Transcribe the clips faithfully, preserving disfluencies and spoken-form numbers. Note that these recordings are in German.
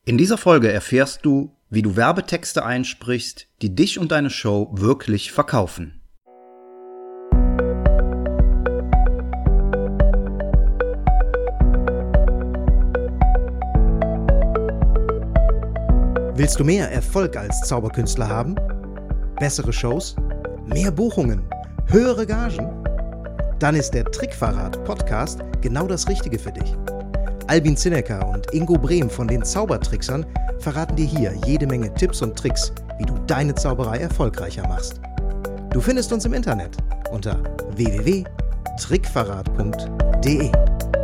In dieser Folge erfährst du, wie du Werbetexte einsprichst, die dich und deine Show wirklich verkaufen. Willst du mehr Erfolg als Zauberkünstler haben? Bessere Shows? Mehr Buchungen? Höhere Gagen? Dann ist der Trickverrat-Podcast genau das Richtige für dich. Albin Zinecker und Ingo Brehm von den Zaubertricksern verraten dir hier jede Menge Tipps und Tricks, wie du deine Zauberei erfolgreicher machst. Du findest uns im Internet unter w w w punkt trickverrat punkt d e.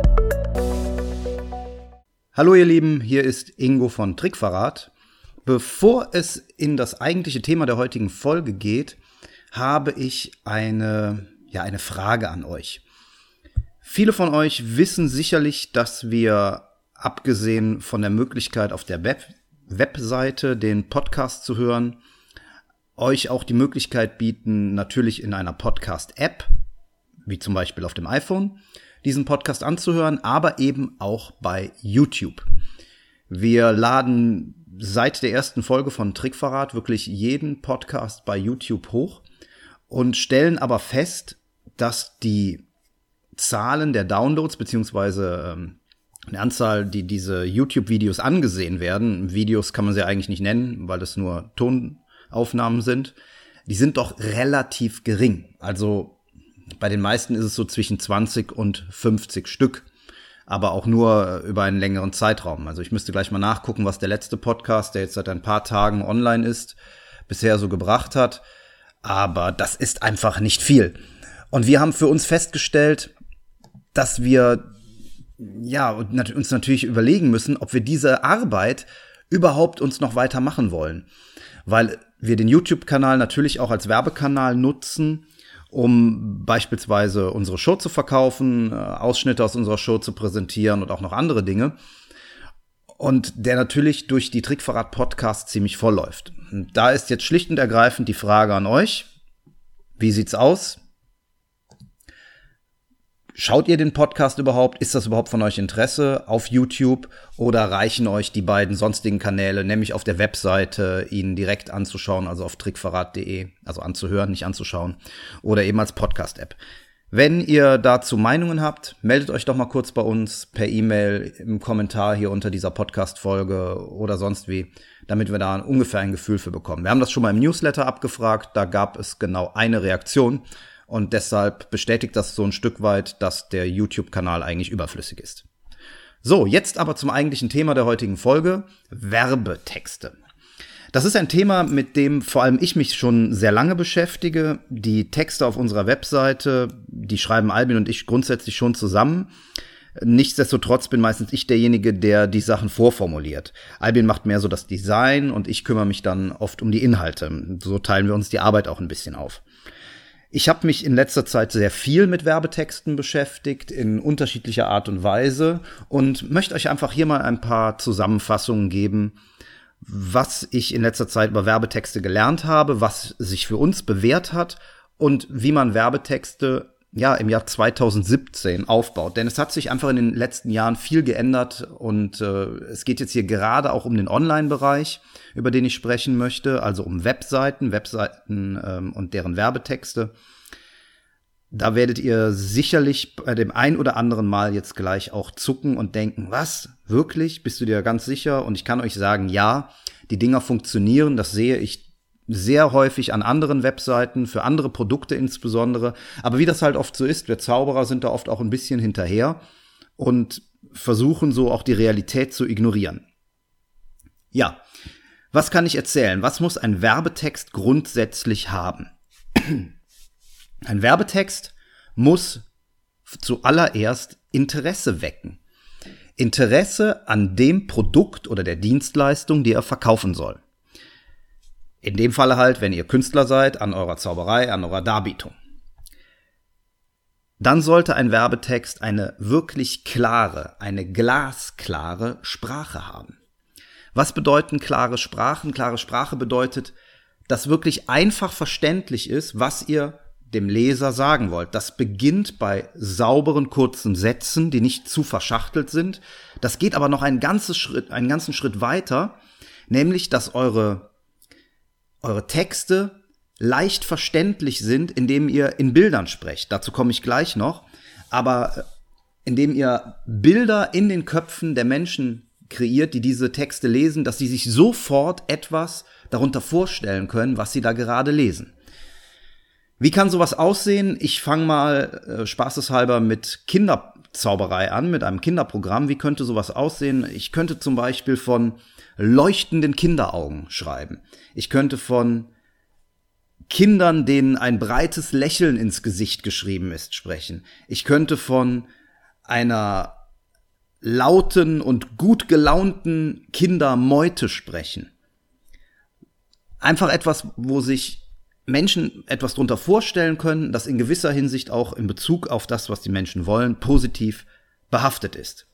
Hallo ihr Lieben, hier ist Ingo von Trickverrat. Bevor es in das eigentliche Thema der heutigen Folge geht, habe ich eine, ja, eine Frage an euch. Viele von euch wissen sicherlich, dass wir, abgesehen von der Möglichkeit auf der Web- Webseite den Podcast zu hören, euch auch die Möglichkeit bieten, natürlich in einer Podcast-App, wie zum Beispiel auf dem iPhone, diesen Podcast anzuhören, aber eben auch bei YouTube. Wir laden seit der ersten Folge von Trickverrat wirklich jeden Podcast bei YouTube hoch und stellen aber fest, dass die Zahlen der Downloads beziehungsweise ähm, eine Anzahl, die diese YouTube-Videos angesehen werden, Videos kann man sie eigentlich nicht nennen, weil es nur Tonaufnahmen sind, die sind doch relativ gering. Also bei den meisten ist es so zwischen zwanzig und fünfzig Stück, aber auch nur über einen längeren Zeitraum. Also ich müsste gleich mal nachgucken, was der letzte Podcast, der jetzt seit ein paar Tagen online ist, bisher so gebracht hat. Aber das ist einfach nicht viel. Und wir haben für uns festgestellt, dass wir ja uns natürlich überlegen müssen, ob wir diese Arbeit überhaupt uns noch weiter machen wollen. Weil wir den YouTube-Kanal natürlich auch als Werbekanal nutzen, um beispielsweise unsere Show zu verkaufen, Ausschnitte aus unserer Show zu präsentieren und auch noch andere Dinge. Und der natürlich durch die Trickverrat-Podcast ziemlich voll läuft. Und da ist jetzt schlicht und ergreifend die Frage an euch: Wie sieht's aus? Schaut ihr den Podcast überhaupt? Ist das überhaupt von euch Interesse auf YouTube? Oder reichen euch die beiden sonstigen Kanäle, nämlich auf der Webseite, ihn direkt anzuschauen, also auf trickverrat punkt de, also anzuhören, nicht anzuschauen, oder eben als Podcast-App? Wenn ihr dazu Meinungen habt, meldet euch doch mal kurz bei uns per E-Mail, im Kommentar hier unter dieser Podcast-Folge oder sonst wie, damit wir da ungefähr ein Gefühl für bekommen. Wir haben das schon mal im Newsletter abgefragt, da gab es genau eine Reaktion. Und deshalb bestätigt das so ein Stück weit, dass der YouTube-Kanal eigentlich überflüssig ist. So, jetzt aber zum eigentlichen Thema der heutigen Folge: Werbetexte. Das ist ein Thema, mit dem vor allem ich mich schon sehr lange beschäftige. Die Texte auf unserer Webseite, die schreiben Albin und ich grundsätzlich schon zusammen. Nichtsdestotrotz bin meistens ich derjenige, der die Sachen vorformuliert. Albin macht mehr so das Design und ich kümmere mich dann oft um die Inhalte. So teilen wir uns die Arbeit auch ein bisschen auf. Ich habe mich in letzter Zeit sehr viel mit Werbetexten beschäftigt, in unterschiedlicher Art und Weise, und möchte euch einfach hier mal ein paar Zusammenfassungen geben, was ich in letzter Zeit über Werbetexte gelernt habe, was sich für uns bewährt hat und wie man Werbetexte ja im Jahr zwanzig siebzehn aufbaut. Denn es hat sich einfach in den letzten Jahren viel geändert und äh, es geht jetzt hier gerade auch um den Online-Bereich, über den ich sprechen möchte, also um Webseiten, Webseiten ähm, und deren Werbetexte. Da werdet ihr sicherlich bei dem ein oder anderen Mal jetzt gleich auch zucken und denken: Was? Wirklich? Bist du dir ganz sicher? Und ich kann euch sagen, ja, die Dinger funktionieren, das sehe ich sehr häufig an anderen Webseiten, für andere Produkte insbesondere. Aber wie das halt oft so ist, wir Zauberer sind da oft auch ein bisschen hinterher und versuchen so auch die Realität zu ignorieren. Ja, was kann ich erzählen? Was muss ein Werbetext grundsätzlich haben? Ein Werbetext muss zuallererst Interesse wecken. Interesse an dem Produkt oder der Dienstleistung, die er verkaufen soll. In dem Falle halt, wenn ihr Künstler seid, an eurer Zauberei, an eurer Darbietung. Dann sollte ein Werbetext eine wirklich klare, eine glasklare Sprache haben. Was bedeuten klare Sprachen? Klare Sprache bedeutet, dass wirklich einfach verständlich ist, was ihr dem Leser sagen wollt. Das beginnt bei sauberen, kurzen Sätzen, die nicht zu verschachtelt sind. Das geht aber noch einen ganzen Schritt, einen ganzen Schritt weiter, nämlich, dass eure, eure Texte leicht verständlich sind, indem ihr in Bildern sprecht. Dazu komme ich gleich noch. Aber indem ihr Bilder in den Köpfen der Menschen kreiert, die diese Texte lesen, dass sie sich sofort etwas darunter vorstellen können, was sie da gerade lesen. Wie kann sowas aussehen? Ich fange mal äh, spaßeshalber mit Kinderzauberei an, mit einem Kinderprogramm. Wie könnte sowas aussehen? Ich könnte zum Beispiel von leuchtenden Kinderaugen schreiben. Ich könnte von Kindern, denen ein breites Lächeln ins Gesicht geschrieben ist, sprechen. Ich könnte von einer lauten und gut gelaunten Kindermeute sprechen. Einfach etwas, wo sich Menschen etwas drunter vorstellen können, das in gewisser Hinsicht auch in Bezug auf das, was die Menschen wollen, positiv behaftet ist.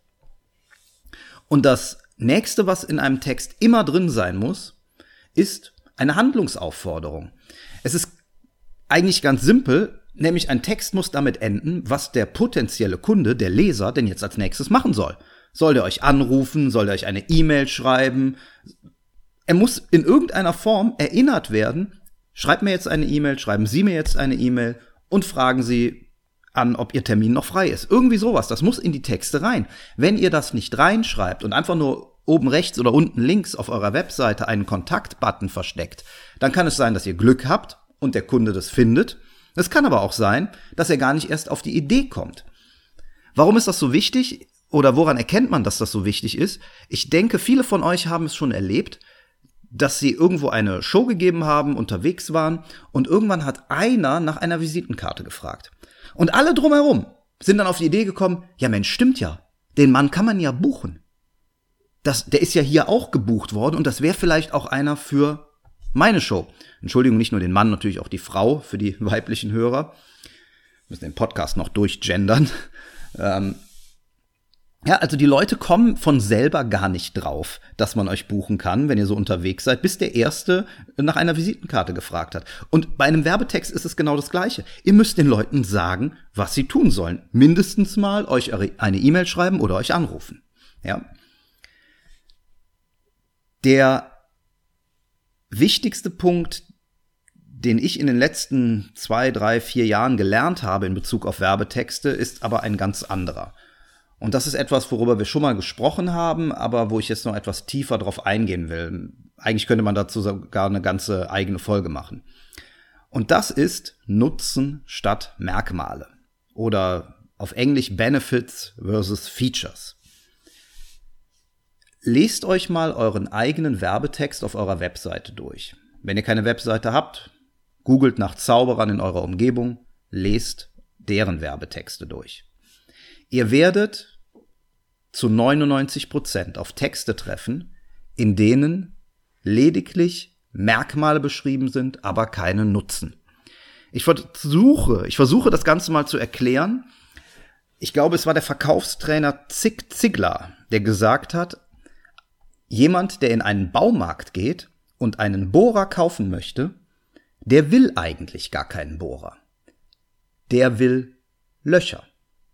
Und das Nächste, was in einem Text immer drin sein muss, ist eine Handlungsaufforderung. Es ist eigentlich ganz simpel, nämlich ein Text muss damit enden, was der potenzielle Kunde, der Leser, denn jetzt als nächstes machen soll. Soll der euch anrufen? Soll der euch eine E-Mail schreiben? Er muss in irgendeiner Form erinnert werden. Schreibt mir jetzt eine E-Mail, schreiben Sie mir jetzt eine E-Mail und fragen Sie an, ob Ihr Termin noch frei ist. Irgendwie sowas, das muss in die Texte rein. Wenn ihr das nicht reinschreibt und einfach nur oben rechts oder unten links auf eurer Webseite einen Kontakt-Button versteckt, dann kann es sein, dass ihr Glück habt und der Kunde das findet. Es kann aber auch sein, dass er gar nicht erst auf die Idee kommt. Warum ist das so wichtig oder woran erkennt man, dass das so wichtig ist? Ich denke, viele von euch haben es schon erlebt, dass sie irgendwo eine Show gegeben haben, unterwegs waren und irgendwann hat einer nach einer Visitenkarte gefragt. Und alle drumherum sind dann auf die Idee gekommen, ja Mensch, stimmt ja, den Mann kann man ja buchen. Das, der ist ja hier auch gebucht worden und das wäre vielleicht auch einer für meine Show. Entschuldigung, nicht nur den Mann, natürlich auch die Frau für die weiblichen Hörer. Wir müssen den Podcast noch durchgendern. Ähm, ja, also die Leute kommen von selber gar nicht drauf, dass man euch buchen kann, wenn ihr so unterwegs seid, bis der Erste nach einer Visitenkarte gefragt hat. Und bei einem Werbetext ist es genau das Gleiche. Ihr müsst den Leuten sagen, was sie tun sollen. Mindestens mal euch eine E-Mail schreiben oder euch anrufen. Ja. Der wichtigste Punkt, den ich in den letzten zwei, drei, vier Jahren gelernt habe in Bezug auf Werbetexte, ist aber ein ganz anderer. Und das ist etwas, worüber wir schon mal gesprochen haben, aber wo ich jetzt noch etwas tiefer drauf eingehen will. Eigentlich könnte man dazu sogar eine ganze eigene Folge machen. Und das ist Nutzen statt Merkmale. Oder auf Englisch Benefits versus Features. Lest euch mal euren eigenen Werbetext auf eurer Webseite durch. Wenn ihr keine Webseite habt, googelt nach Zauberern in eurer Umgebung, lest deren Werbetexte durch. Ihr werdet zu neunundneunzig Prozent auf Texte treffen, in denen lediglich Merkmale beschrieben sind, aber keine Nutzen. Ich versuche, ich versuche das Ganze mal zu erklären. Ich glaube, es war der Verkaufstrainer Zig Ziglar, der gesagt hat, jemand, der in einen Baumarkt geht und einen Bohrer kaufen möchte, der will eigentlich gar keinen Bohrer. Der will Löcher.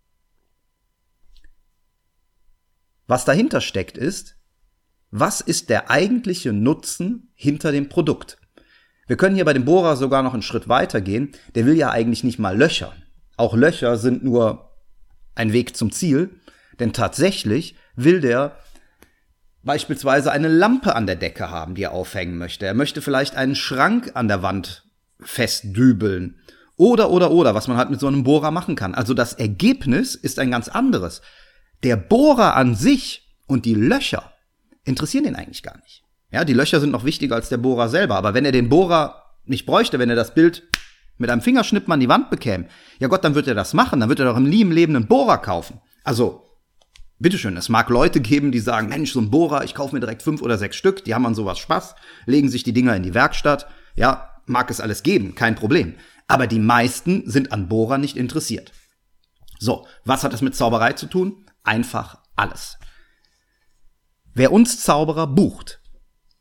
Was dahinter steckt ist, was ist der eigentliche Nutzen hinter dem Produkt? Wir können hier bei dem Bohrer sogar noch einen Schritt weiter gehen. Der will ja eigentlich nicht mal Löcher. Auch Löcher sind nur ein Weg zum Ziel, denn tatsächlich will der beispielsweise eine Lampe an der Decke haben, die er aufhängen möchte. Er möchte vielleicht einen Schrank an der Wand festdübeln. Oder, oder, oder, was man halt mit so einem Bohrer machen kann. Also das Ergebnis ist ein ganz anderes. Der Bohrer an sich und die Löcher interessieren ihn eigentlich gar nicht. Ja, die Löcher sind noch wichtiger als der Bohrer selber. Aber wenn er den Bohrer nicht bräuchte, wenn er das Bild mit einem Fingerschnippen an die Wand bekäme, ja Gott, dann wird er das machen. Dann wird er doch im lieben Leben einen Bohrer kaufen. Also, bitteschön, es mag Leute geben, die sagen, Mensch, so ein Bohrer, ich kaufe mir direkt fünf oder sechs Stück, die haben an sowas Spaß, legen sich die Dinger in die Werkstatt. Ja, mag es alles geben, kein Problem. Aber die meisten sind an Bohrern nicht interessiert. So, was hat das mit Zauberei zu tun? Einfach alles. Wer uns Zauberer bucht,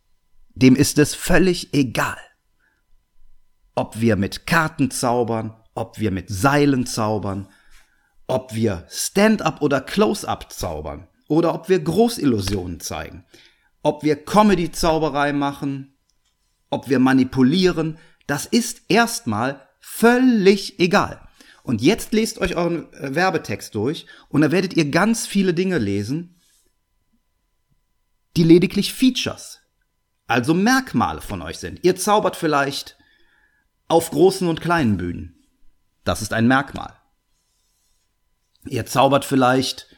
dem ist es völlig egal, ob wir mit Karten zaubern, ob wir mit Seilen zaubern, ob wir Stand-up oder Close-up zaubern oder ob wir Großillusionen zeigen, ob wir Comedy-Zauberei machen, ob wir manipulieren, das ist erstmal völlig egal. Und jetzt lest euch euren Werbetext durch und da werdet ihr ganz viele Dinge lesen, die lediglich Features, also Merkmale von euch sind. Ihr zaubert vielleicht auf großen und kleinen Bühnen. Das ist ein Merkmal. Ihr zaubert vielleicht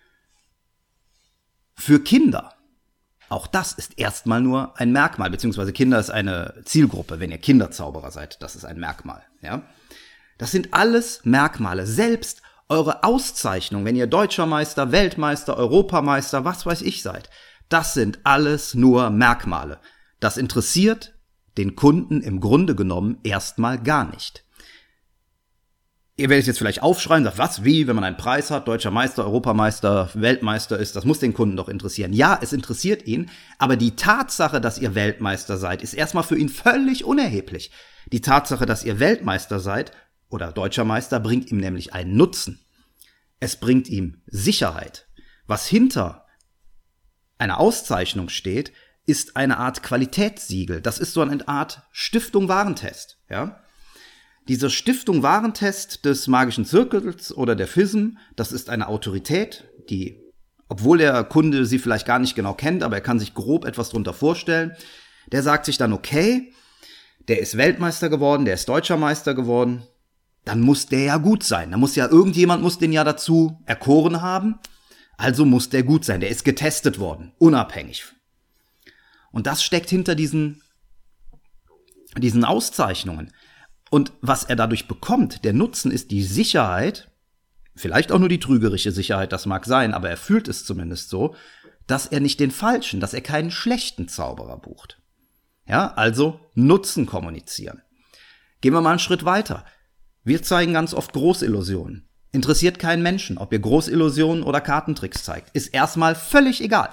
für Kinder. Auch das ist erstmal nur ein Merkmal, beziehungsweise Kinder ist eine Zielgruppe. Wenn ihr Kinderzauberer seid, das ist ein Merkmal. Ja? Das sind alles Merkmale. Selbst eure Auszeichnung, wenn ihr Deutscher Meister, Weltmeister, Europameister, was weiß ich seid, das sind alles nur Merkmale. Das interessiert den Kunden im Grunde genommen erstmal gar nicht. Ihr werdet jetzt vielleicht aufschreien, sagt, was, wie, wenn man einen Preis hat, Deutscher Meister, Europameister, Weltmeister ist, das muss den Kunden doch interessieren. Ja, es interessiert ihn, aber die Tatsache, dass ihr Weltmeister seid, ist erstmal für ihn völlig unerheblich. Die Tatsache, dass ihr Weltmeister seid oder Deutscher Meister, bringt ihm nämlich einen Nutzen. Es bringt ihm Sicherheit. Was hinter einer Auszeichnung steht, ist eine Art Qualitätssiegel. Das ist so eine Art Stiftung Warentest, ja. Diese Stiftung Warentest des Magischen Zirkels oder der F I S M, das ist eine Autorität, die, obwohl der Kunde sie vielleicht gar nicht genau kennt, aber er kann sich grob etwas drunter vorstellen, der sagt sich dann, okay, der ist Weltmeister geworden, der ist Deutscher Meister geworden, dann muss der ja gut sein. Da muss ja irgendjemand muss den ja dazu erkoren haben, also muss der gut sein. Der ist getestet worden, unabhängig. Und das steckt hinter diesen, diesen Auszeichnungen. Und was er dadurch bekommt, der Nutzen ist die Sicherheit, vielleicht auch nur die trügerische Sicherheit, das mag sein, aber er fühlt es zumindest so, dass er nicht den falschen, dass er keinen schlechten Zauberer bucht. Ja, also Nutzen kommunizieren. Gehen wir mal einen Schritt weiter. Wir zeigen ganz oft Großillusionen. Interessiert keinen Menschen, ob ihr Großillusionen oder Kartentricks zeigt. Ist erstmal völlig egal.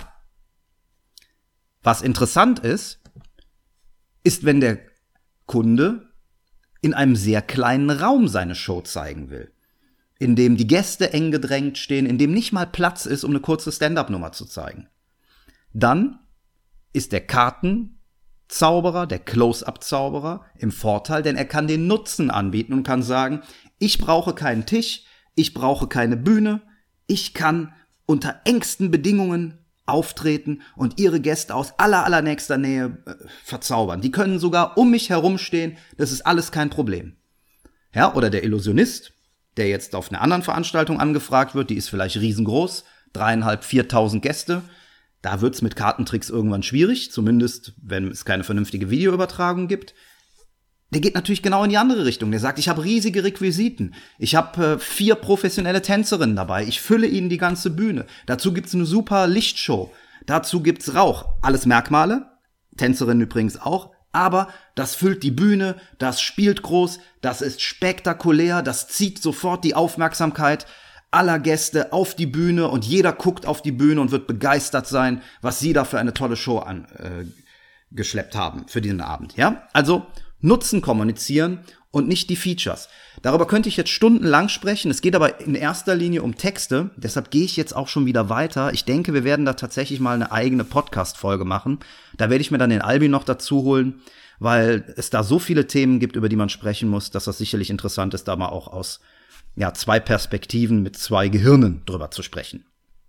Was interessant ist, ist, wenn der Kunde in einem sehr kleinen Raum seine Show zeigen will, in dem die Gäste eng gedrängt stehen, in dem nicht mal Platz ist, um eine kurze Stand-up-Nummer zu zeigen. Dann ist der Kartenzauberer, der Close-up-Zauberer im Vorteil, denn er kann den Nutzen anbieten und kann sagen, ich brauche keinen Tisch, ich brauche keine Bühne, ich kann unter engsten Bedingungen auftreten und ihre Gäste aus aller, allernächster Nähe äh, verzaubern. Die können sogar um mich herumstehen, das ist alles kein Problem. Ja, oder der Illusionist, der jetzt auf einer anderen Veranstaltung angefragt wird, die ist vielleicht riesengroß, dreieinhalb, viertausend Gäste, da wird's mit Kartentricks irgendwann schwierig, zumindest wenn es keine vernünftige Videoübertragung gibt. Der geht natürlich genau in die andere Richtung. Der sagt, ich habe riesige Requisiten. Ich habe äh, vier professionelle Tänzerinnen dabei. Ich fülle ihnen die ganze Bühne. Dazu gibt's eine super Lichtshow. Dazu gibt's Rauch. Alles Merkmale. Tänzerinnen übrigens auch. Aber das füllt die Bühne. Das spielt groß. Das ist spektakulär. Das zieht sofort die Aufmerksamkeit aller Gäste auf die Bühne. Und jeder guckt auf die Bühne und wird begeistert sein, was sie da für eine tolle Show angeschleppt äh, haben für diesen Abend. Ja, also Nutzen kommunizieren und nicht die Features. Darüber könnte ich jetzt stundenlang sprechen. Es geht aber in erster Linie um Texte. Deshalb gehe ich jetzt auch schon wieder weiter. Ich denke, wir werden da tatsächlich mal eine eigene Podcast-Folge machen. Da werde ich mir dann den Albi noch dazu holen, weil es da so viele Themen gibt, über die man sprechen muss, dass das sicherlich interessant ist, da mal auch aus ja, zwei Perspektiven mit zwei Gehirnen drüber zu sprechen.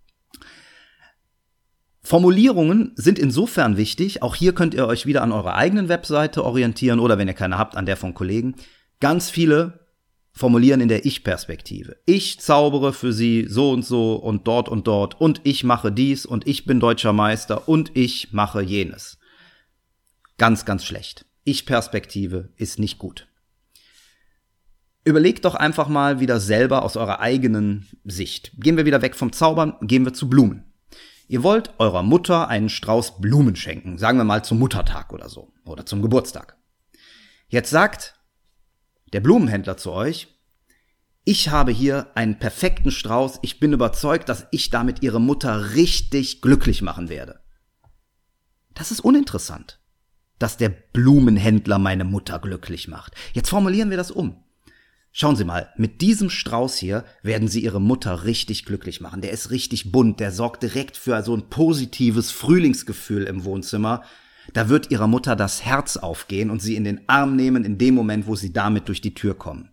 Formulierungen sind insofern wichtig, auch hier könnt ihr euch wieder an eurer eigenen Webseite orientieren oder wenn ihr keine habt, an der von Kollegen. Ganz viele formulieren in der Ich-Perspektive. Ich zaubere für sie so und so und dort und dort und ich mache dies und ich bin Deutscher Meister und ich mache jenes. Ganz, ganz schlecht. Ich-Perspektive ist nicht gut. Überlegt doch einfach mal wieder selber aus eurer eigenen Sicht. Gehen wir wieder weg vom Zaubern, gehen wir zu Blumen. Ihr wollt eurer Mutter einen Strauß Blumen schenken, sagen wir mal zum Muttertag oder so, oder zum Geburtstag. Jetzt sagt der Blumenhändler zu euch, ich habe hier einen perfekten Strauß, ich bin überzeugt, dass ich damit ihre Mutter richtig glücklich machen werde. Das ist uninteressant, dass der Blumenhändler meine Mutter glücklich macht. Jetzt formulieren wir das um. Schauen Sie mal, mit diesem Strauß hier werden Sie Ihre Mutter richtig glücklich machen. Der ist richtig bunt, der sorgt direkt für so ein positives Frühlingsgefühl im Wohnzimmer. Da wird Ihrer Mutter das Herz aufgehen und Sie in den Arm nehmen in dem Moment, wo Sie damit durch die Tür kommen.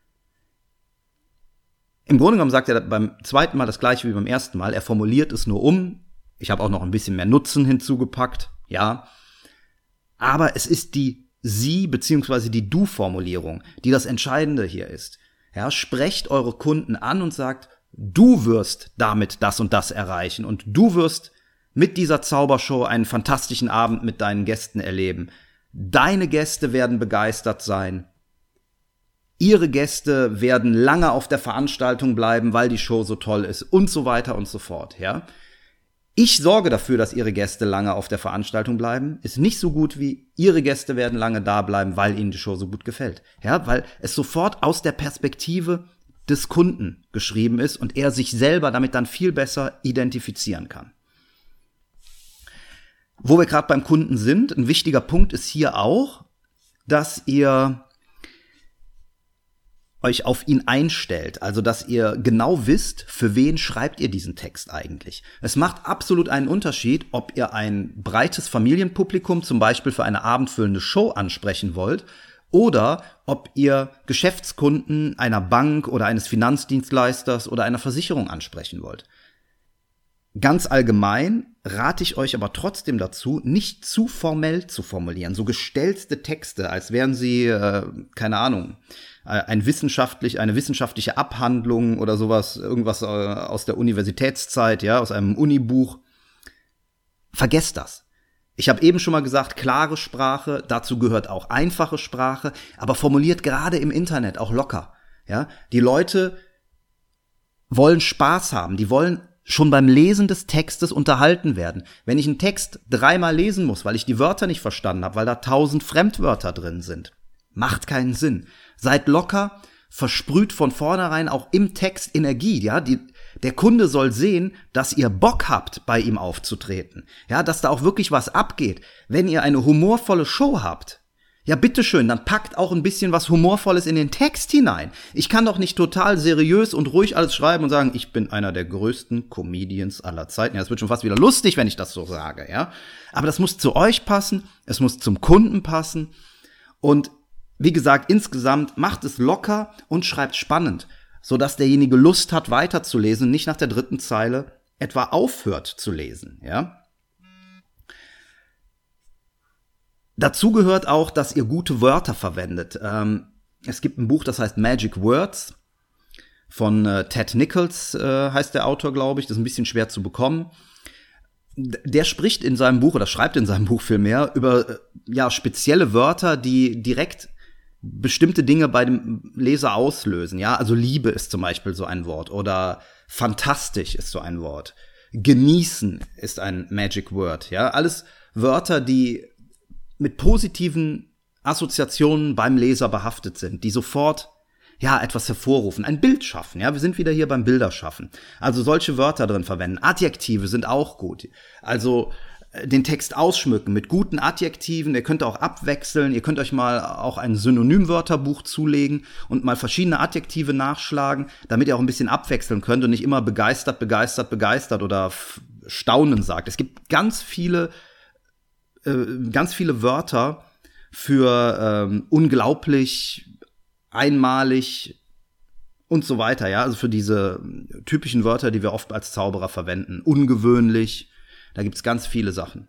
Im Grunde genommen sagt er beim zweiten Mal das Gleiche wie beim ersten Mal. Er formuliert es nur um. Ich habe auch noch ein bisschen mehr Nutzen hinzugepackt, ja. Aber es ist die Sie- bzw. die Du-Formulierung, die das Entscheidende hier ist. Ja, sprecht eure Kunden an und sagt, du wirst damit das und das erreichen und du wirst mit dieser Zaubershow einen fantastischen Abend mit deinen Gästen erleben. Deine Gäste werden begeistert sein. Ihre Gäste werden lange auf der Veranstaltung bleiben, weil die Show so toll ist und so weiter und so fort, ja. Ich sorge dafür, dass Ihre Gäste lange auf der Veranstaltung bleiben. Ist nicht so gut wie Ihre Gäste werden lange da bleiben, weil Ihnen die Show so gut gefällt. Ja, weil es sofort aus der Perspektive des Kunden geschrieben ist und er sich selber damit dann viel besser identifizieren kann. Wo wir gerade beim Kunden sind, ein wichtiger Punkt ist hier auch, dass ihr euch auf ihn einstellt, also dass ihr genau wisst, für wen schreibt ihr diesen Text eigentlich. Es macht absolut einen Unterschied, ob ihr ein breites Familienpublikum zum Beispiel für eine abendfüllende Show ansprechen wollt oder ob ihr Geschäftskunden einer Bank oder eines Finanzdienstleisters oder einer Versicherung ansprechen wollt. Ganz allgemein rate ich euch aber trotzdem dazu, nicht zu formell zu formulieren, so gestellte Texte, als wären sie, äh, keine Ahnung, ein wissenschaftlich, eine wissenschaftliche Abhandlung oder sowas, irgendwas äh, aus der Universitätszeit, ja, aus einem Unibuch. Vergesst das. Ich habe eben schon mal gesagt, klare Sprache, dazu gehört auch einfache Sprache, aber formuliert gerade im Internet auch locker. Ja, die Leute wollen Spaß haben, die wollen schon beim Lesen des Textes unterhalten werden. Wenn ich einen Text dreimal lesen muss, weil ich die Wörter nicht verstanden habe, weil da tausend Fremdwörter drin sind, macht keinen Sinn. Seid locker, versprüht von vornherein auch im Text Energie, ja, die, der Kunde soll sehen, dass ihr Bock habt, bei ihm aufzutreten, ja, dass da auch wirklich was abgeht. Wenn ihr eine humorvolle Show habt, ja, bitteschön, dann packt auch ein bisschen was Humorvolles in den Text hinein. Ich kann doch nicht total seriös und ruhig alles schreiben und sagen, ich bin einer der größten Comedians aller Zeiten. Ja, das wird schon fast wieder lustig, wenn ich das so sage, ja. Aber das muss zu euch passen, es muss zum Kunden passen und wie gesagt, insgesamt macht es locker und schreibt spannend, sodass derjenige Lust hat, weiterzulesen und nicht nach der dritten Zeile etwa aufhört zu lesen, ja. Dazu gehört auch, dass ihr gute Wörter verwendet. Ähm, es gibt ein Buch, das heißt Magic Words von äh, Ted Nichols, äh, heißt der Autor, glaube ich. Das ist ein bisschen schwer zu bekommen. Der spricht in seinem Buch, oder schreibt in seinem Buch vielmehr, über äh, ja spezielle Wörter, die direkt bestimmte Dinge bei dem Leser auslösen, ja, also Liebe ist zum Beispiel so ein Wort oder fantastisch ist so ein Wort, genießen ist ein Magic Word, ja, alles Wörter, die mit positiven Assoziationen beim Leser behaftet sind, die sofort, ja, etwas hervorrufen, ein Bild schaffen, ja, wir sind wieder hier beim Bilderschaffen, also solche Wörter drin verwenden, Adjektive sind auch gut, also den Text ausschmücken mit guten Adjektiven, ihr könnt auch abwechseln, ihr könnt euch mal auch ein Synonymwörterbuch zulegen und mal verschiedene Adjektive nachschlagen, damit ihr auch ein bisschen abwechseln könnt und nicht immer begeistert, begeistert, begeistert oder f- staunen sagt. Es gibt ganz viele, äh, ganz viele Wörter für ähm, unglaublich, einmalig und so weiter, ja, also für diese typischen Wörter, die wir oft als Zauberer verwenden, ungewöhnlich. Da gibt's ganz viele Sachen.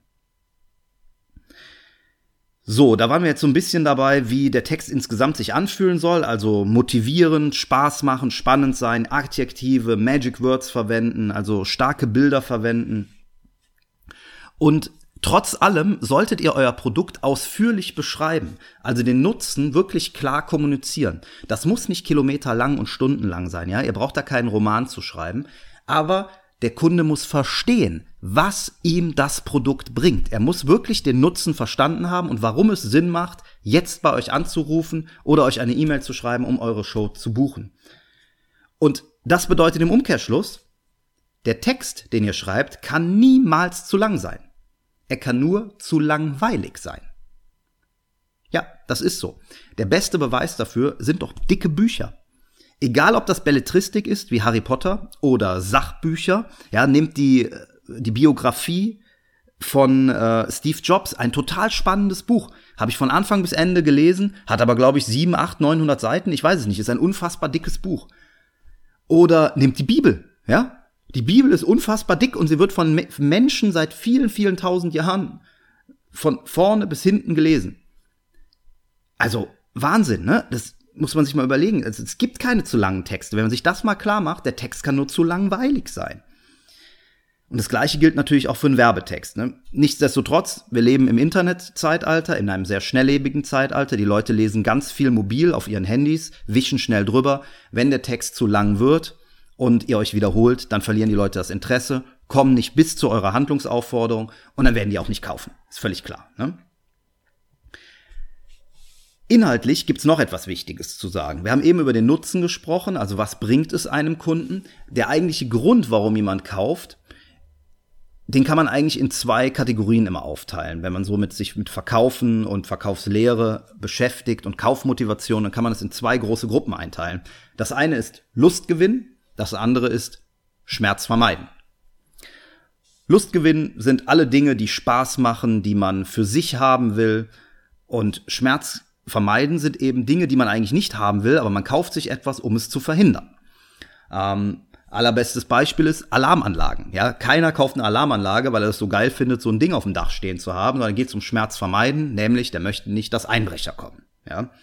So, da waren wir jetzt so ein bisschen dabei, wie der Text insgesamt sich anfühlen soll. Also motivierend, Spaß machen, spannend sein, Adjektive, Magic Words verwenden, also starke Bilder verwenden. Und trotz allem solltet ihr euer Produkt ausführlich beschreiben. Also den Nutzen wirklich klar kommunizieren. Das muss nicht kilometerlang und stundenlang sein, ja. Ihr braucht da keinen Roman zu schreiben. Aber der Kunde muss verstehen, was ihm das Produkt bringt. Er muss wirklich den Nutzen verstanden haben und warum es Sinn macht, jetzt bei euch anzurufen oder euch eine E-Mail zu schreiben, um eure Show zu buchen. Und das bedeutet im Umkehrschluss, der Text, den ihr schreibt, kann niemals zu lang sein. Er kann nur zu langweilig sein. Ja, das ist so. Der beste Beweis dafür sind doch dicke Bücher. Egal, ob das Belletristik ist, wie Harry Potter, oder Sachbücher, ja, nehmt die, die Biografie von äh, Steve Jobs, ein total spannendes Buch. Habe ich von Anfang bis Ende gelesen, hat aber, glaube ich, sieben, acht, neunhundert Seiten, ich weiß es nicht, ist ein unfassbar dickes Buch. Oder nehmt die Bibel, ja. Die Bibel ist unfassbar dick und sie wird von Me- Menschen seit vielen, vielen tausend Jahren von vorne bis hinten gelesen. Also, Wahnsinn, ne? Das muss man sich mal überlegen. Also, es gibt keine zu langen Texte. Wenn man sich das mal klar macht, der Text kann nur zu langweilig sein. Und das Gleiche gilt natürlich auch für einen Werbetext, ne? Nichtsdestotrotz, wir leben im Internetzeitalter, in einem sehr schnelllebigen Zeitalter. Die Leute lesen ganz viel mobil auf ihren Handys, wischen schnell drüber. Wenn der Text zu lang wird und ihr euch wiederholt, dann verlieren die Leute das Interesse, kommen nicht bis zu eurer Handlungsaufforderung und dann werden die auch nicht kaufen. Ist völlig klar, ne? Inhaltlich gibt's noch etwas Wichtiges zu sagen. Wir haben eben über den Nutzen gesprochen, also was bringt es einem Kunden? Der eigentliche Grund, warum jemand kauft, den kann man eigentlich in zwei Kategorien immer aufteilen. Wenn man so mit sich mit Verkaufen und Verkaufslehre beschäftigt und Kaufmotivation, dann kann man es in zwei große Gruppen einteilen. Das eine ist Lustgewinn, das andere ist Schmerz vermeiden. Lustgewinn sind alle Dinge, die Spaß machen, die man für sich haben will, und Schmerz vermeiden sind eben Dinge, die man eigentlich nicht haben will, aber man kauft sich etwas, um es zu verhindern. Ähm, allerbestes Beispiel ist Alarmanlagen. Ja, keiner kauft eine Alarmanlage, weil er es so geil findet, so ein Ding auf dem Dach stehen zu haben, sondern geht es um Schmerz vermeiden, nämlich der möchte nicht, dass Einbrecher kommen. Ja.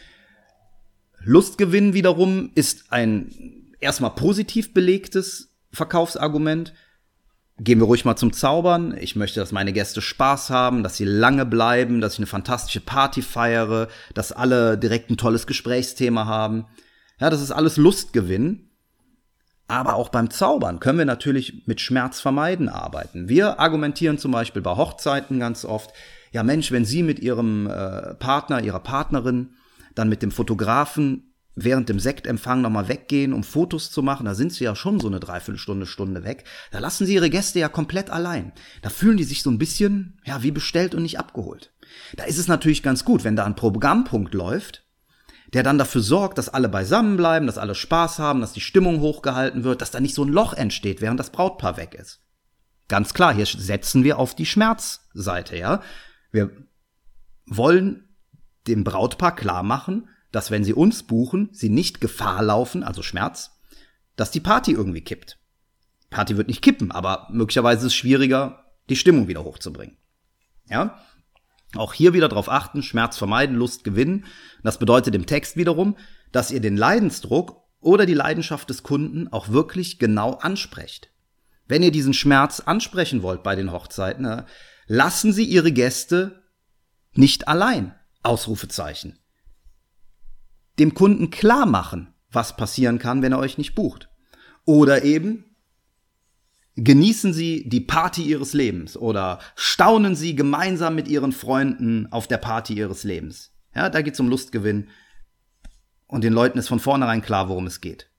Lustgewinn wiederum ist ein erstmal positiv belegtes Verkaufsargument. Gehen wir ruhig mal zum Zaubern. Ich möchte, dass meine Gäste Spaß haben, dass sie lange bleiben, dass ich eine fantastische Party feiere, dass alle direkt ein tolles Gesprächsthema haben. Ja, das ist alles Lustgewinn. Aber auch beim Zaubern können wir natürlich mit Schmerz vermeiden arbeiten. Wir argumentieren zum Beispiel bei Hochzeiten ganz oft, ja Mensch, wenn Sie mit Ihrem äh, Partner, Ihrer Partnerin dann mit dem Fotografen während dem Sektempfang nochmal weggehen, um Fotos zu machen, da sind sie ja schon so eine Dreiviertelstunde, Stunde weg, da lassen sie ihre Gäste ja komplett allein. Da fühlen die sich so ein bisschen, ja, wie bestellt und nicht abgeholt. Da ist es natürlich ganz gut, wenn da ein Programmpunkt läuft, der dann dafür sorgt, dass alle beisammen bleiben, dass alle Spaß haben, dass die Stimmung hochgehalten wird, dass da nicht so ein Loch entsteht, während das Brautpaar weg ist. Ganz klar, hier setzen wir auf die Schmerzseite, ja. Wir wollen dem Brautpaar klar machen, dass wenn sie uns buchen, sie nicht Gefahr laufen, also Schmerz, dass die Party irgendwie kippt. Die Party wird nicht kippen, aber möglicherweise ist es schwieriger, die Stimmung wieder hochzubringen. Ja? Auch hier wieder drauf achten, Schmerz vermeiden, Lust gewinnen. Das bedeutet im Text wiederum, dass ihr den Leidensdruck oder die Leidenschaft des Kunden auch wirklich genau ansprecht. Wenn ihr diesen Schmerz ansprechen wollt bei den Hochzeiten, lassen Sie Ihre Gäste nicht allein, Ausrufezeichen. Dem Kunden klar machen, was passieren kann, wenn er euch nicht bucht. Oder eben, genießen Sie die Party Ihres Lebens oder staunen Sie gemeinsam mit Ihren Freunden auf der Party Ihres Lebens. Ja, da geht es um Lustgewinn und den Leuten ist von vornherein klar, worum es geht.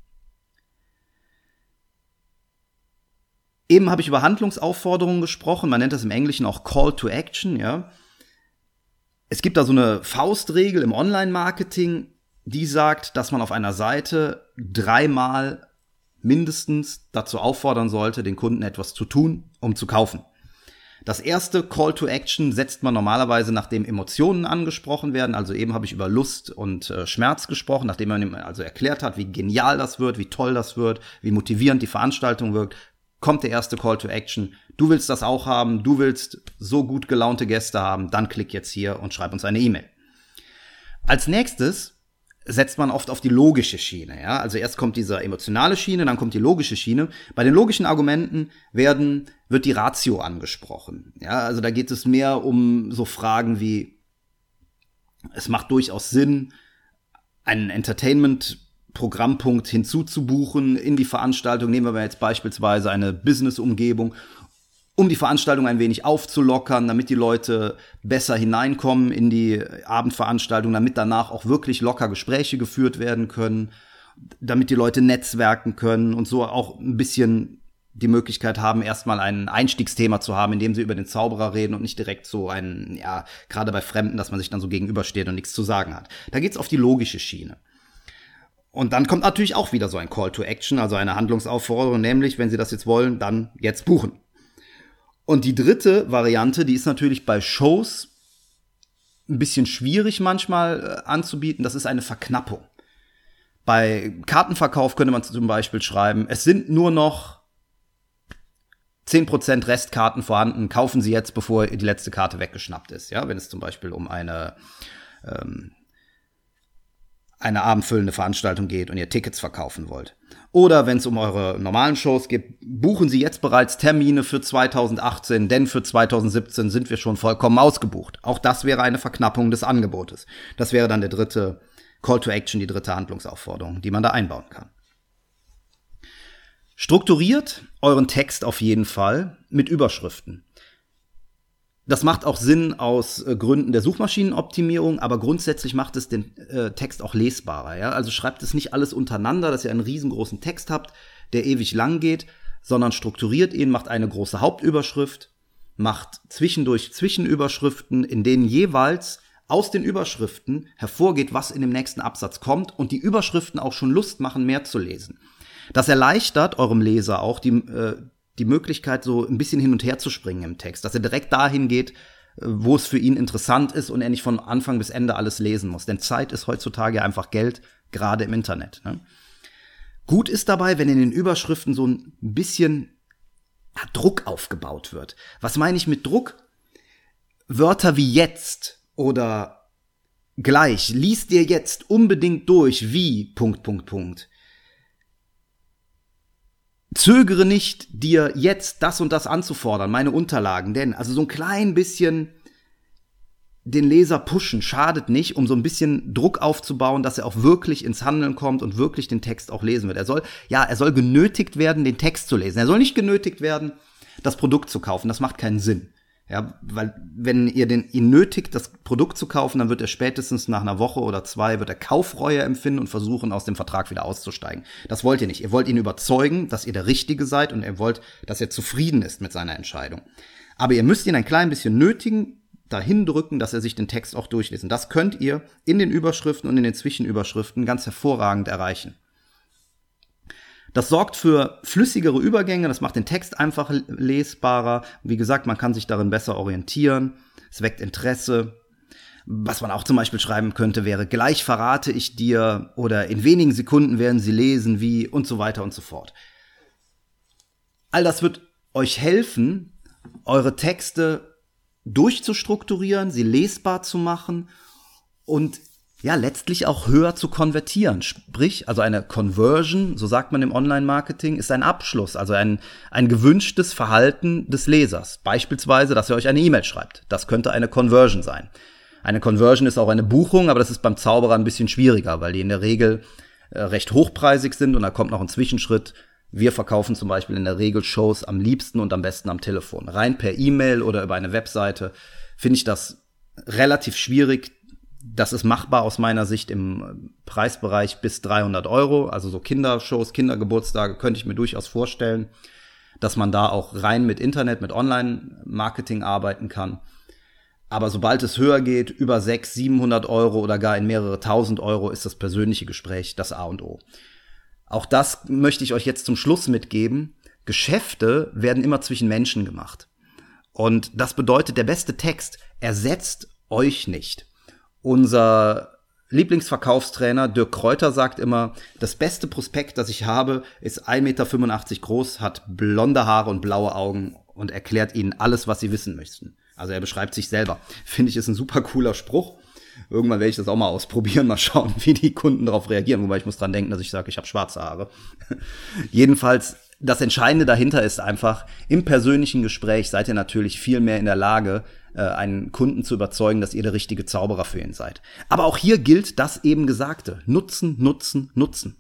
Eben habe ich über Handlungsaufforderungen gesprochen, man nennt das im Englischen auch Call to Action, ja. Es gibt da so eine Faustregel im Online-Marketing, die sagt, dass man auf einer Seite dreimal mindestens dazu auffordern sollte, den Kunden etwas zu tun, um zu kaufen. Das erste Call to Action setzt man normalerweise, nachdem Emotionen angesprochen werden. Also eben habe ich über Lust und äh, Schmerz gesprochen, nachdem man ihm also erklärt hat, wie genial das wird, wie toll das wird, wie motivierend die Veranstaltung wirkt, kommt der erste Call to Action. Du willst das auch haben, du willst so gut gelaunte Gäste haben, dann klick jetzt hier und schreib uns eine E-Mail. Als nächstes setzt man oft auf die logische Schiene. Ja? Also erst kommt diese emotionale Schiene, dann kommt die logische Schiene. Bei den logischen Argumenten werden, wird die Ratio angesprochen. Ja? Also da geht es mehr um so Fragen wie, es macht durchaus Sinn, einen Entertainment-Programmpunkt hinzuzubuchen in die Veranstaltung. Nehmen wir mal jetzt beispielsweise eine Business-Umgebung, um die Veranstaltung ein wenig aufzulockern, damit die Leute besser hineinkommen in die Abendveranstaltung, damit danach auch wirklich locker Gespräche geführt werden können, damit die Leute netzwerken können und so auch ein bisschen die Möglichkeit haben, erstmal ein Einstiegsthema zu haben, in dem sie über den Zauberer reden und nicht direkt so ein, ja, gerade bei Fremden, dass man sich dann so gegenübersteht und nichts zu sagen hat. Da geht's auf die logische Schiene. Und dann kommt natürlich auch wieder so ein Call to Action, also eine Handlungsaufforderung, nämlich, wenn Sie das jetzt wollen, dann jetzt buchen. Und die dritte Variante, die ist natürlich bei Shows ein bisschen schwierig manchmal anzubieten, das ist eine Verknappung. Bei Kartenverkauf könnte man zum Beispiel schreiben, es sind nur noch zehn Prozent Restkarten vorhanden, kaufen Sie jetzt, bevor die letzte Karte weggeschnappt ist. Ja, wenn es zum Beispiel um eine, ähm, eine abendfüllende Veranstaltung geht und ihr Tickets verkaufen wollt. Oder wenn es um eure normalen Shows geht, buchen Sie jetzt bereits Termine für zweitausendachtzehn, denn für zweitausendsiebzehn sind wir schon vollkommen ausgebucht. Auch das wäre eine Verknappung des Angebotes. Das wäre dann der dritte Call to Action, die dritte Handlungsaufforderung, die man da einbauen kann. Strukturiert euren Text auf jeden Fall mit Überschriften. Das macht auch Sinn aus äh, Gründen der Suchmaschinenoptimierung, aber grundsätzlich macht es den äh, Text auch lesbarer. Ja? Also schreibt es nicht alles untereinander, dass ihr einen riesengroßen Text habt, der ewig lang geht, sondern strukturiert ihn, macht eine große Hauptüberschrift, macht zwischendurch Zwischenüberschriften, in denen jeweils aus den Überschriften hervorgeht, was in dem nächsten Absatz kommt und die Überschriften auch schon Lust machen, mehr zu lesen. Das erleichtert eurem Leser auch die, äh, die Möglichkeit, so ein bisschen hin und her zu springen im Text, dass er direkt dahin geht, wo es für ihn interessant ist und er nicht von Anfang bis Ende alles lesen muss. Denn Zeit ist heutzutage einfach Geld, gerade im Internet. Ne? Gut ist dabei, wenn in den Überschriften so ein bisschen ja, Druck aufgebaut wird. Was meine ich mit Druck? Wörter wie jetzt oder gleich, lies dir jetzt unbedingt durch, wie, Punkt, Punkt, Punkt. Zögere nicht, dir jetzt das und das anzufordern, meine Unterlagen, denn also so ein klein bisschen den Leser pushen schadet nicht, um so ein bisschen Druck aufzubauen, dass er auch wirklich ins Handeln kommt und wirklich den Text auch lesen wird. Er soll, ja, er soll genötigt werden, den Text zu lesen. Er soll nicht genötigt werden, das Produkt zu kaufen. Das macht keinen Sinn. Ja, weil wenn ihr den, ihn nötigt, das Produkt zu kaufen, dann wird er spätestens nach einer Woche oder zwei, wird er Kaufreue empfinden und versuchen, aus dem Vertrag wieder auszusteigen. Das wollt ihr nicht. Ihr wollt ihn überzeugen, dass ihr der Richtige seid und ihr wollt, dass er zufrieden ist mit seiner Entscheidung. Aber ihr müsst ihn ein klein bisschen nötigen, dahin drücken, dass er sich den Text auch durchliest. Und das könnt ihr in den Überschriften und in den Zwischenüberschriften ganz hervorragend erreichen. Das sorgt für flüssigere Übergänge, das macht den Text einfach lesbarer. Wie gesagt, man kann sich darin besser orientieren, es weckt Interesse. Was man auch zum Beispiel schreiben könnte, wäre, gleich verrate ich dir oder in wenigen Sekunden werden sie lesen, wie und so weiter und so fort. All das wird euch helfen, eure Texte durchzustrukturieren, sie lesbar zu machen und ja, letztlich auch höher zu konvertieren. Sprich, also eine Conversion, so sagt man im Online-Marketing, ist ein Abschluss, also ein, ein gewünschtes Verhalten des Lesers. Beispielsweise, dass er euch eine E-Mail schreibt. Das könnte eine Conversion sein. Eine Conversion ist auch eine Buchung, aber das ist beim Zauberer ein bisschen schwieriger, weil die in der Regel äh, recht hochpreisig sind und da kommt noch ein Zwischenschritt. Wir verkaufen zum Beispiel in der Regel Shows am liebsten und am besten am Telefon. Rein per E-Mail oder über eine Webseite finde ich das relativ schwierig. Das ist machbar aus meiner Sicht im Preisbereich bis dreihundert Euro. Also so Kindershows, Kindergeburtstage könnte ich mir durchaus vorstellen, dass man da auch rein mit Internet, mit Online-Marketing arbeiten kann. Aber sobald es höher geht, über sechshundert, siebenhundert Euro oder gar in mehrere tausend Euro, ist das persönliche Gespräch das A und O. Auch das möchte ich euch jetzt zum Schluss mitgeben. Geschäfte werden immer zwischen Menschen gemacht. Und das bedeutet, der beste Text ersetzt euch nicht. Unser Lieblingsverkaufstrainer Dirk Kräuter sagt immer, das beste Prospekt, das ich habe, ist ein Meter fünfundachtzig groß, hat blonde Haare und blaue Augen und erklärt ihnen alles, was sie wissen möchten. Also er beschreibt sich selber. Finde ich, ist ein super cooler Spruch. Irgendwann werde ich das auch mal ausprobieren, mal schauen, wie die Kunden darauf reagieren. Wobei ich muss dran denken, dass ich sage, ich habe schwarze Haare. Jedenfalls, das Entscheidende dahinter ist einfach, im persönlichen Gespräch seid ihr natürlich viel mehr in der Lage, einen Kunden zu überzeugen, dass ihr der richtige Zauberer für ihn seid. Aber auch hier gilt das eben Gesagte. Nutzen, nutzen, nutzen.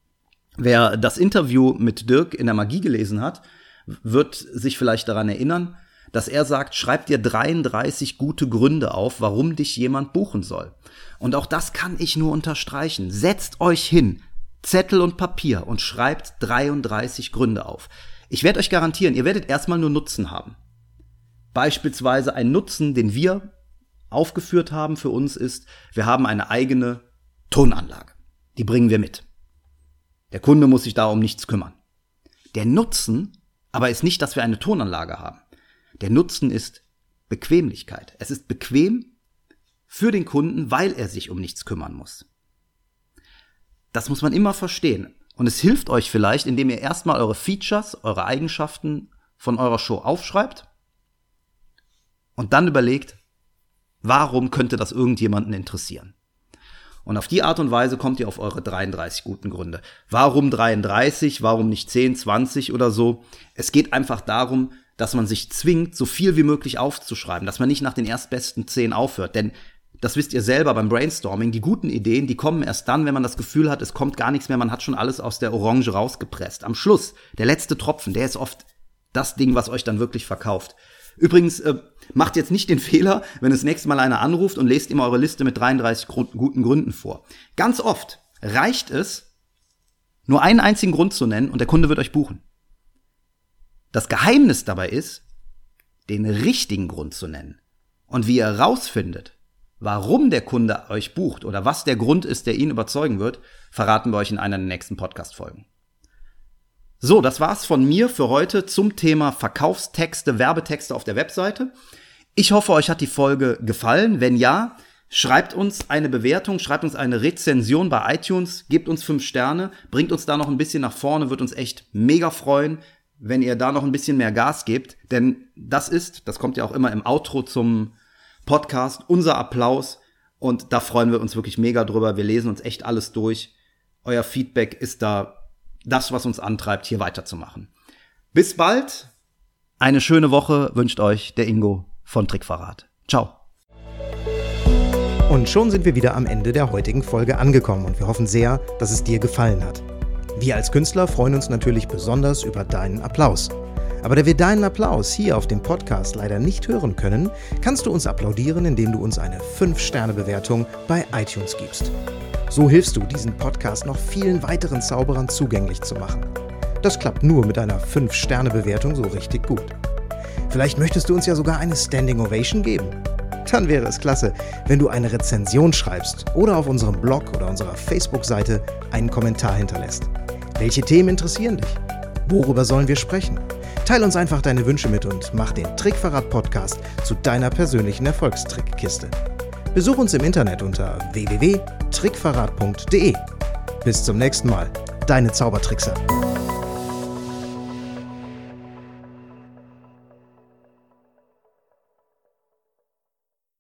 Wer das Interview mit Dirk in der Magie gelesen hat, wird sich vielleicht daran erinnern, dass er sagt, schreib dir dreiunddreißig gute Gründe auf, warum dich jemand buchen soll. Und auch das kann ich nur unterstreichen. Setzt euch hin, Zettel und Papier und schreibt dreiunddreißig Gründe auf. Ich werde euch garantieren, ihr werdet erstmal nur Nutzen haben. Beispielsweise ein Nutzen, den wir aufgeführt haben für uns ist, wir haben eine eigene Tonanlage. Die bringen wir mit. Der Kunde muss sich da um nichts kümmern. Der Nutzen aber ist nicht, dass wir eine Tonanlage haben. Der Nutzen ist Bequemlichkeit. Es ist bequem für den Kunden, weil er sich um nichts kümmern muss. Das muss man immer verstehen. Und es hilft euch vielleicht, indem ihr erstmal eure Features, eure Eigenschaften von eurer Show aufschreibt und dann überlegt, warum könnte das irgendjemanden interessieren? Und auf die Art und Weise kommt ihr auf eure dreiunddreißig guten Gründe. Warum dreiunddreißig? Warum nicht zehn, zwanzig oder so? Es geht einfach darum, dass man sich zwingt, so viel wie möglich aufzuschreiben, dass man nicht nach den erstbesten zehn aufhört. Denn das wisst ihr selber beim Brainstorming, die guten Ideen, die kommen erst dann, wenn man das Gefühl hat, es kommt gar nichts mehr, man hat schon alles aus der Orange rausgepresst. Am Schluss, der letzte Tropfen, der ist oft das Ding, was euch dann wirklich verkauft. Übrigens, äh, macht jetzt nicht den Fehler, wenn das nächste Mal einer anruft und lest ihm eure Liste mit dreiunddreißig Grund, guten Gründen vor. Ganz oft reicht es, nur einen einzigen Grund zu nennen und der Kunde wird euch buchen. Das Geheimnis dabei ist, den richtigen Grund zu nennen. Und wie ihr rausfindet, warum der Kunde euch bucht oder was der Grund ist, der ihn überzeugen wird, verraten wir euch in einer der nächsten Podcast-Folgen. So, das war's von mir für heute zum Thema Verkaufstexte, Werbetexte auf der Webseite. Ich hoffe, euch hat die Folge gefallen. Wenn ja, schreibt uns eine Bewertung, schreibt uns eine Rezension bei iTunes, gebt uns fünf Sterne, bringt uns da noch ein bisschen nach vorne, wird uns echt mega freuen, wenn ihr da noch ein bisschen mehr Gas gebt. Denn das ist, das kommt ja auch immer im Outro zum Podcast, unser Applaus. Und da freuen wir uns wirklich mega drüber. Wir lesen uns echt alles durch. Euer Feedback ist da das, was uns antreibt, hier weiterzumachen. Bis bald. Eine schöne Woche wünscht euch der Ingo von Trickverrat. Ciao. Und schon sind wir wieder am Ende der heutigen Folge angekommen und wir hoffen sehr, dass es dir gefallen hat. Wir als Künstler freuen uns natürlich besonders über deinen Applaus. Aber da wir deinen Applaus hier auf dem Podcast leider nicht hören können, kannst du uns applaudieren, indem du uns eine fünf Sterne Bewertung bei iTunes gibst. So hilfst du, diesen Podcast noch vielen weiteren Zauberern zugänglich zu machen. Das klappt nur mit einer fünf Sterne Bewertung so richtig gut. Vielleicht möchtest du uns ja sogar eine Standing Ovation geben. Dann wäre es klasse, wenn du eine Rezension schreibst oder auf unserem Blog oder unserer Facebook-Seite einen Kommentar hinterlässt. Welche Themen interessieren dich? Worüber sollen wir sprechen? Teil uns einfach deine Wünsche mit und mach den Trickverrat-Podcast zu deiner persönlichen Erfolgstrickkiste. Besuch uns im Internet unter w w w punkt trickverrat punkt d e. Bis zum nächsten Mal, deine Zaubertrickser.